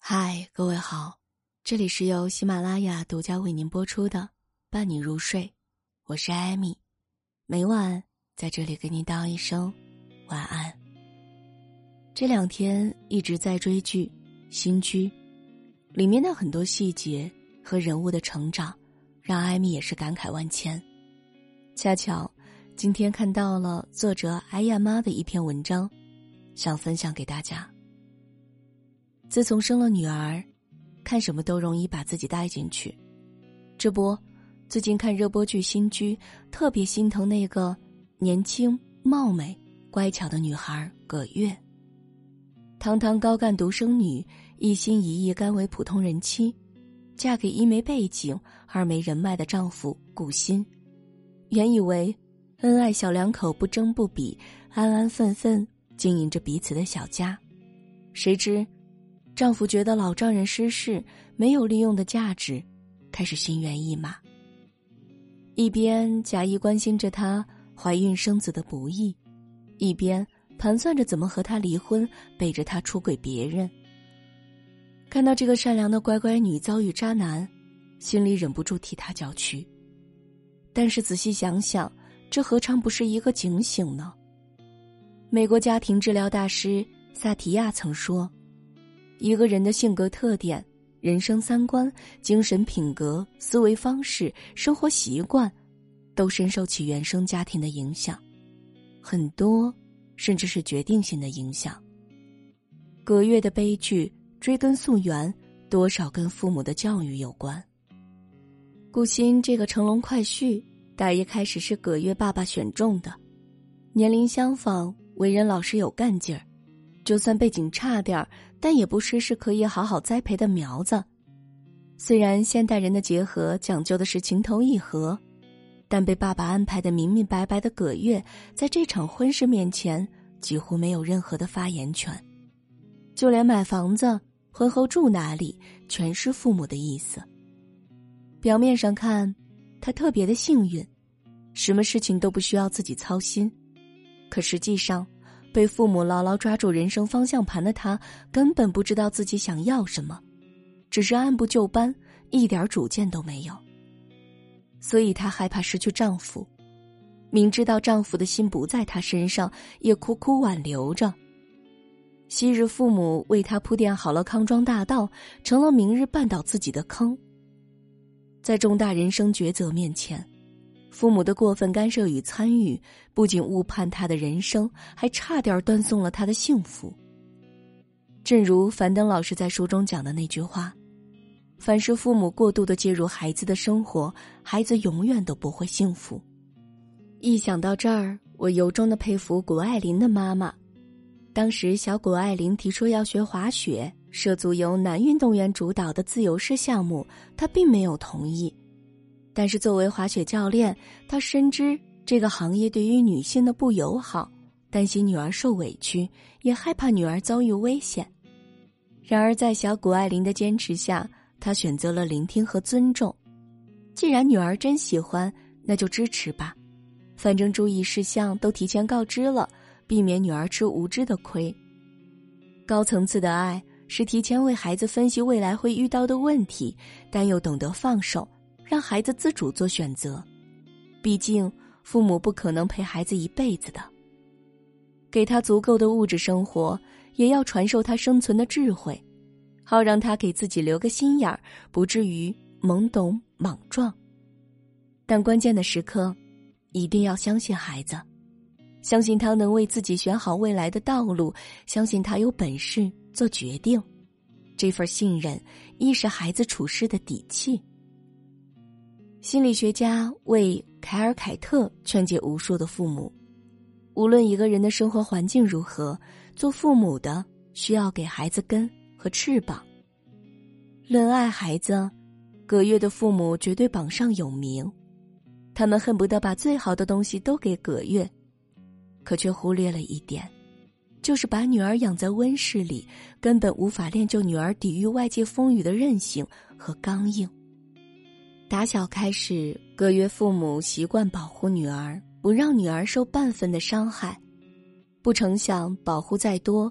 嗨，各位好，这里是由喜马拉雅独家为您播出的伴你入睡，我是艾米，每晚在这里给你道一声晚安。这两天一直在追剧《新居》，里面的很多细节和人物的成长让艾米也是感慨万千。恰巧今天看到了作者艾亚妈的一篇文章，想分享给大家。自从生了女儿，看什么都容易把自己带进去。这不，最近看热播剧《新居》，特别心疼那个年轻、貌美、乖巧的女孩葛月。堂堂高干独生女，一心一意甘为普通人妻，嫁给一没背景、二没人脉的丈夫顾鑫。原以为恩爱小两口不争不比，安安分分经营着彼此的小家，谁知丈夫觉得老丈人失势，没有利用的价值，开始心猿意马。一边假意关心着她怀孕生子的不易，一边盘算着怎么和她离婚，背着她出轨别人。看到这个善良的乖乖女遭遇渣男，心里忍不住替她叫屈。但是仔细想想，这何尝不是一个警醒呢？美国家庭治疗大师萨提亚曾说，一个人的性格特点、人生三观、精神品格、思维方式、生活习惯，都深受其原生家庭的影响，很多甚至是决定性的影响。葛月的悲剧追根溯源，多少跟父母的教育有关。顾鑫这个乘龙快婿，大一开始是葛月爸爸选中的，年龄相仿，为人老实有干劲儿，就算背景差点，但也不失是可以好好栽培的苗子。虽然现代人的结合讲究的是情投意合，但被爸爸安排的明明白白的葛月，在这场婚事面前几乎没有任何的发言权，就连买房子、婚后住哪里，全是父母的意思。表面上看，他特别的幸运，什么事情都不需要自己操心，可实际上被父母牢牢抓住人生方向盘的她，根本不知道自己想要什么，只是按部就班，一点主见都没有。所以她害怕失去丈夫，明知道丈夫的心不在她身上，也苦苦挽留着。昔日父母为她铺垫好了康庄大道，成了明日绊倒自己的坑。在重大人生抉择面前，父母的过分干涉与参与，不仅误判他的人生，还差点断送了他的幸福。正如樊登老师在书中讲的那句话，凡是父母过度的介入孩子的生活，孩子永远都不会幸福。一想到这儿，我由衷的佩服谷爱凌的妈妈。当时小谷爱凌提出要学滑雪，涉足由男运动员主导的自由式项目，她并没有同意。但是作为滑雪教练，他深知这个行业对于女性的不友好，担心女儿受委屈，也害怕女儿遭遇危险。然而在小谷爱凌的坚持下，他选择了聆听和尊重。既然女儿真喜欢，那就支持吧，反正注意事项都提前告知了，避免女儿吃无知的亏。高层次的爱是提前为孩子分析未来会遇到的问题，但又懂得放手，让孩子自主做选择。毕竟父母不可能陪孩子一辈子的，给他足够的物质生活，也要传授他生存的智慧，好让他给自己留个心眼儿，不至于懵懂莽撞。但关键的时刻，一定要相信孩子，相信他能为自己选好未来的道路，相信他有本事做决定。这份信任亦是孩子处事的底气。心理学家为凯尔凯特劝诫无数的父母，无论一个人的生活环境如何，做父母的需要给孩子根和翅膀。论爱孩子，葛月的父母绝对榜上有名，他们恨不得把最好的东西都给葛月，可却忽略了一点，就是把女儿养在温室里，根本无法练就女儿抵御外界风雨的韧性和刚硬。打小开始，葛月父母习惯保护女儿，不让女儿受半分的伤害。不成想保护再多，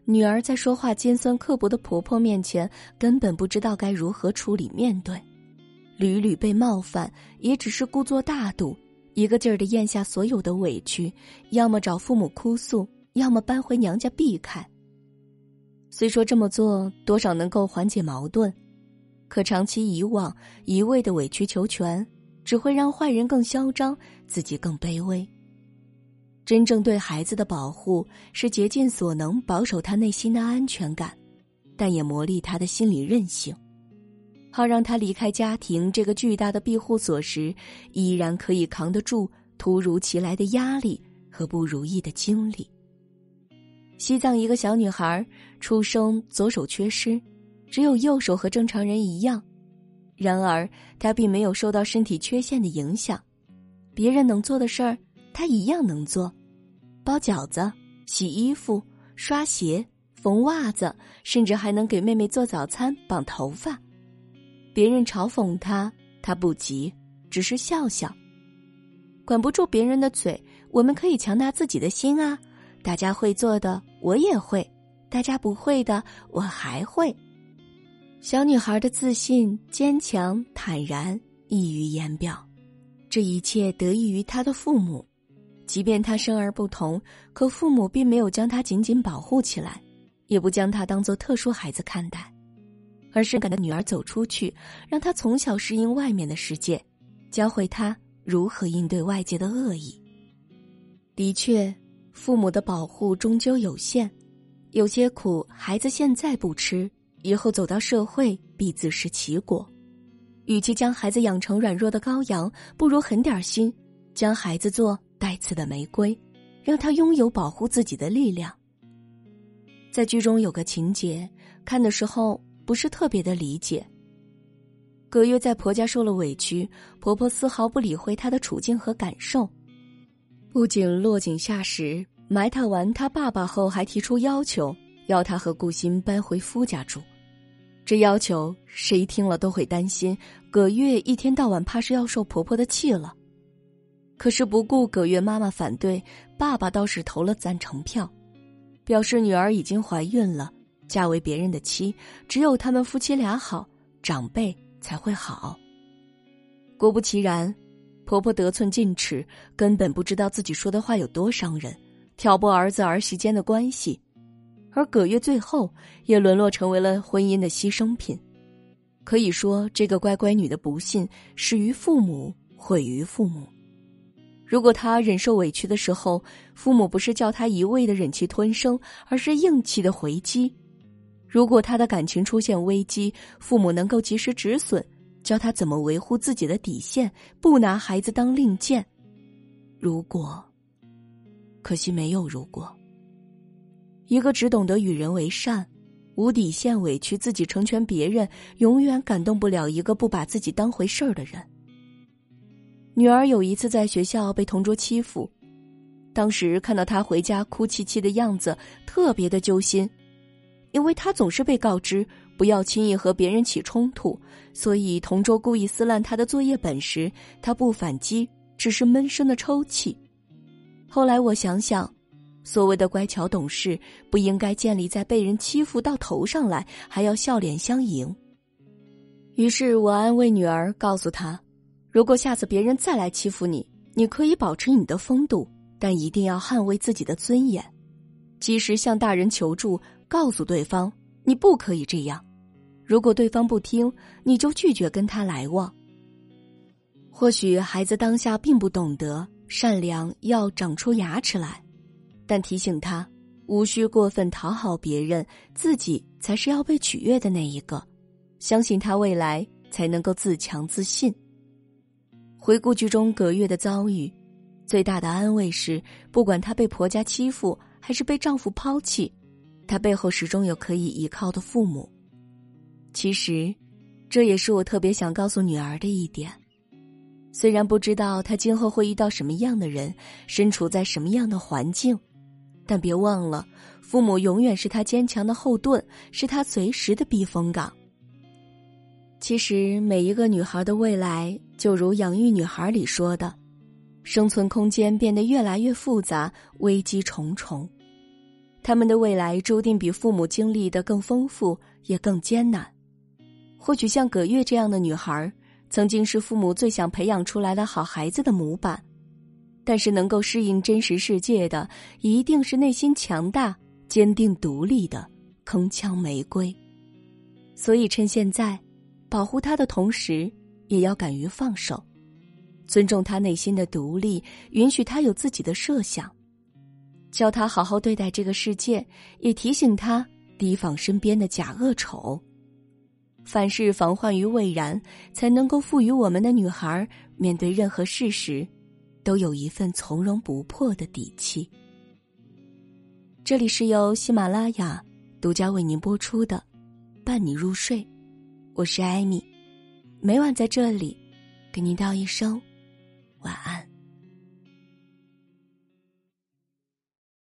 女儿在说话尖酸刻薄的婆婆面前，根本不知道该如何处理面对，屡屡被冒犯，也只是故作大度，一个劲儿地咽下所有的委屈，要么找父母哭诉，要么搬回娘家避开。虽说这么做多少能够缓解矛盾，可长期以往，一味的委曲求全，只会让坏人更嚣张，自己更卑微。真正对孩子的保护，是竭尽所能保守他内心的安全感，但也磨砺他的心理韧性，好让他离开家庭这个巨大的庇护所时，依然可以扛得住突如其来的压力和不如意的经历。西藏一个小女孩出生左手缺失，只有右手和正常人一样，然而她并没有受到身体缺陷的影响，别人能做的事儿她一样能做，包饺子、洗衣服、刷鞋、缝袜子，甚至还能给妹妹做早餐、绑头发。别人嘲讽她，她不急，只是笑笑。管不住别人的嘴，我们可以强大自己的心啊，大家会做的我也会，大家不会的我还会。小女孩的自信、坚强、坦然溢于言表，这一切得益于她的父母。即便她生而不同，可父母并没有将她紧紧保护起来，也不将她当作特殊孩子看待，而是赶着女儿走出去，让她从小适应外面的世界，教会她如何应对外界的恶意。的确，父母的保护终究有限，有些苦孩子现在不吃，以后走到社会必自食其果。与其将孩子养成软弱的羔羊，不如狠点心，将孩子做带刺的玫瑰，让他拥有保护自己的力量。在剧中有个情节，看的时候不是特别的理解。葛月在婆家受了委屈，婆婆丝毫不理会她的处境和感受，不仅落井下石，埋汰完她爸爸后还提出要求，要她和顾欣搬回夫家住。这要求谁听了都会担心，葛月一天到晚怕是要受婆婆的气了。可是不顾葛月妈妈反对，爸爸倒是投了赞成票，表示女儿已经怀孕了，嫁为别人的妻，只有他们夫妻俩好，长辈才会好。果不其然，婆婆得寸进尺，根本不知道自己说的话有多伤人，挑拨儿子儿媳间的关系，而葛月最后也沦落成为了婚姻的牺牲品。可以说，这个乖乖女的不幸始于父母，毁于父母。如果她忍受委屈的时候，父母不是叫她一味的忍气吞声，而是硬气的回击。如果她的感情出现危机，父母能够及时止损，教她怎么维护自己的底线，不拿孩子当令箭。可惜没有如果。一个只懂得与人为善，无底线委屈自己成全别人，永远感动不了一个不把自己当回事儿的人。女儿有一次在学校被同桌欺负，当时看到她回家哭泣泣的样子，特别的揪心，因为她总是被告知不要轻易和别人起冲突，所以同桌故意撕烂她的作业本时，她不反击，只是闷声的抽泣。后来我想想，所谓的乖巧懂事，不应该建立在被人欺负到头上来还要笑脸相迎。于是我安慰女儿，告诉她，如果下次别人再来欺负你，你可以保持你的风度，但一定要捍卫自己的尊严。及时向大人求助，告诉对方你不可以这样，如果对方不听，你就拒绝跟他来往。或许孩子当下并不懂得善良要长出牙齿来，但提醒他无需过分讨好别人，自己才是要被取悦的那一个，相信他未来才能够自强自信。回顾剧中葛月的遭遇，最大的安慰是，不管她被婆家欺负还是被丈夫抛弃，她背后始终有可以依靠的父母。其实这也是我特别想告诉女儿的一点，虽然不知道她今后会遇到什么样的人，身处在什么样的环境，但别忘了，父母永远是她坚强的后盾，是她随时的避风港。其实每一个女孩的未来，就如《养育女孩》里说的，生存空间变得越来越复杂，危机重重。 他们的未来注定比父母经历的更丰富，也更艰难。或许像葛月这样的女孩，曾经是父母最想培养出来的好孩子的模板，但是能够适应真实世界的，一定是内心强大、坚定独立的铿锵玫瑰。所以趁现在，保护她的同时，也要敢于放手，尊重她内心的独立，允许她有自己的设想，教她好好对待这个世界，也提醒她提防身边的假恶丑。凡事防患于未然，才能够赋予我们的女孩面对任何事时，都有一份从容不迫的底气。这里是由喜马拉雅独家为您播出的伴你入睡，我是艾米，每晚在这里给您道一声晚安。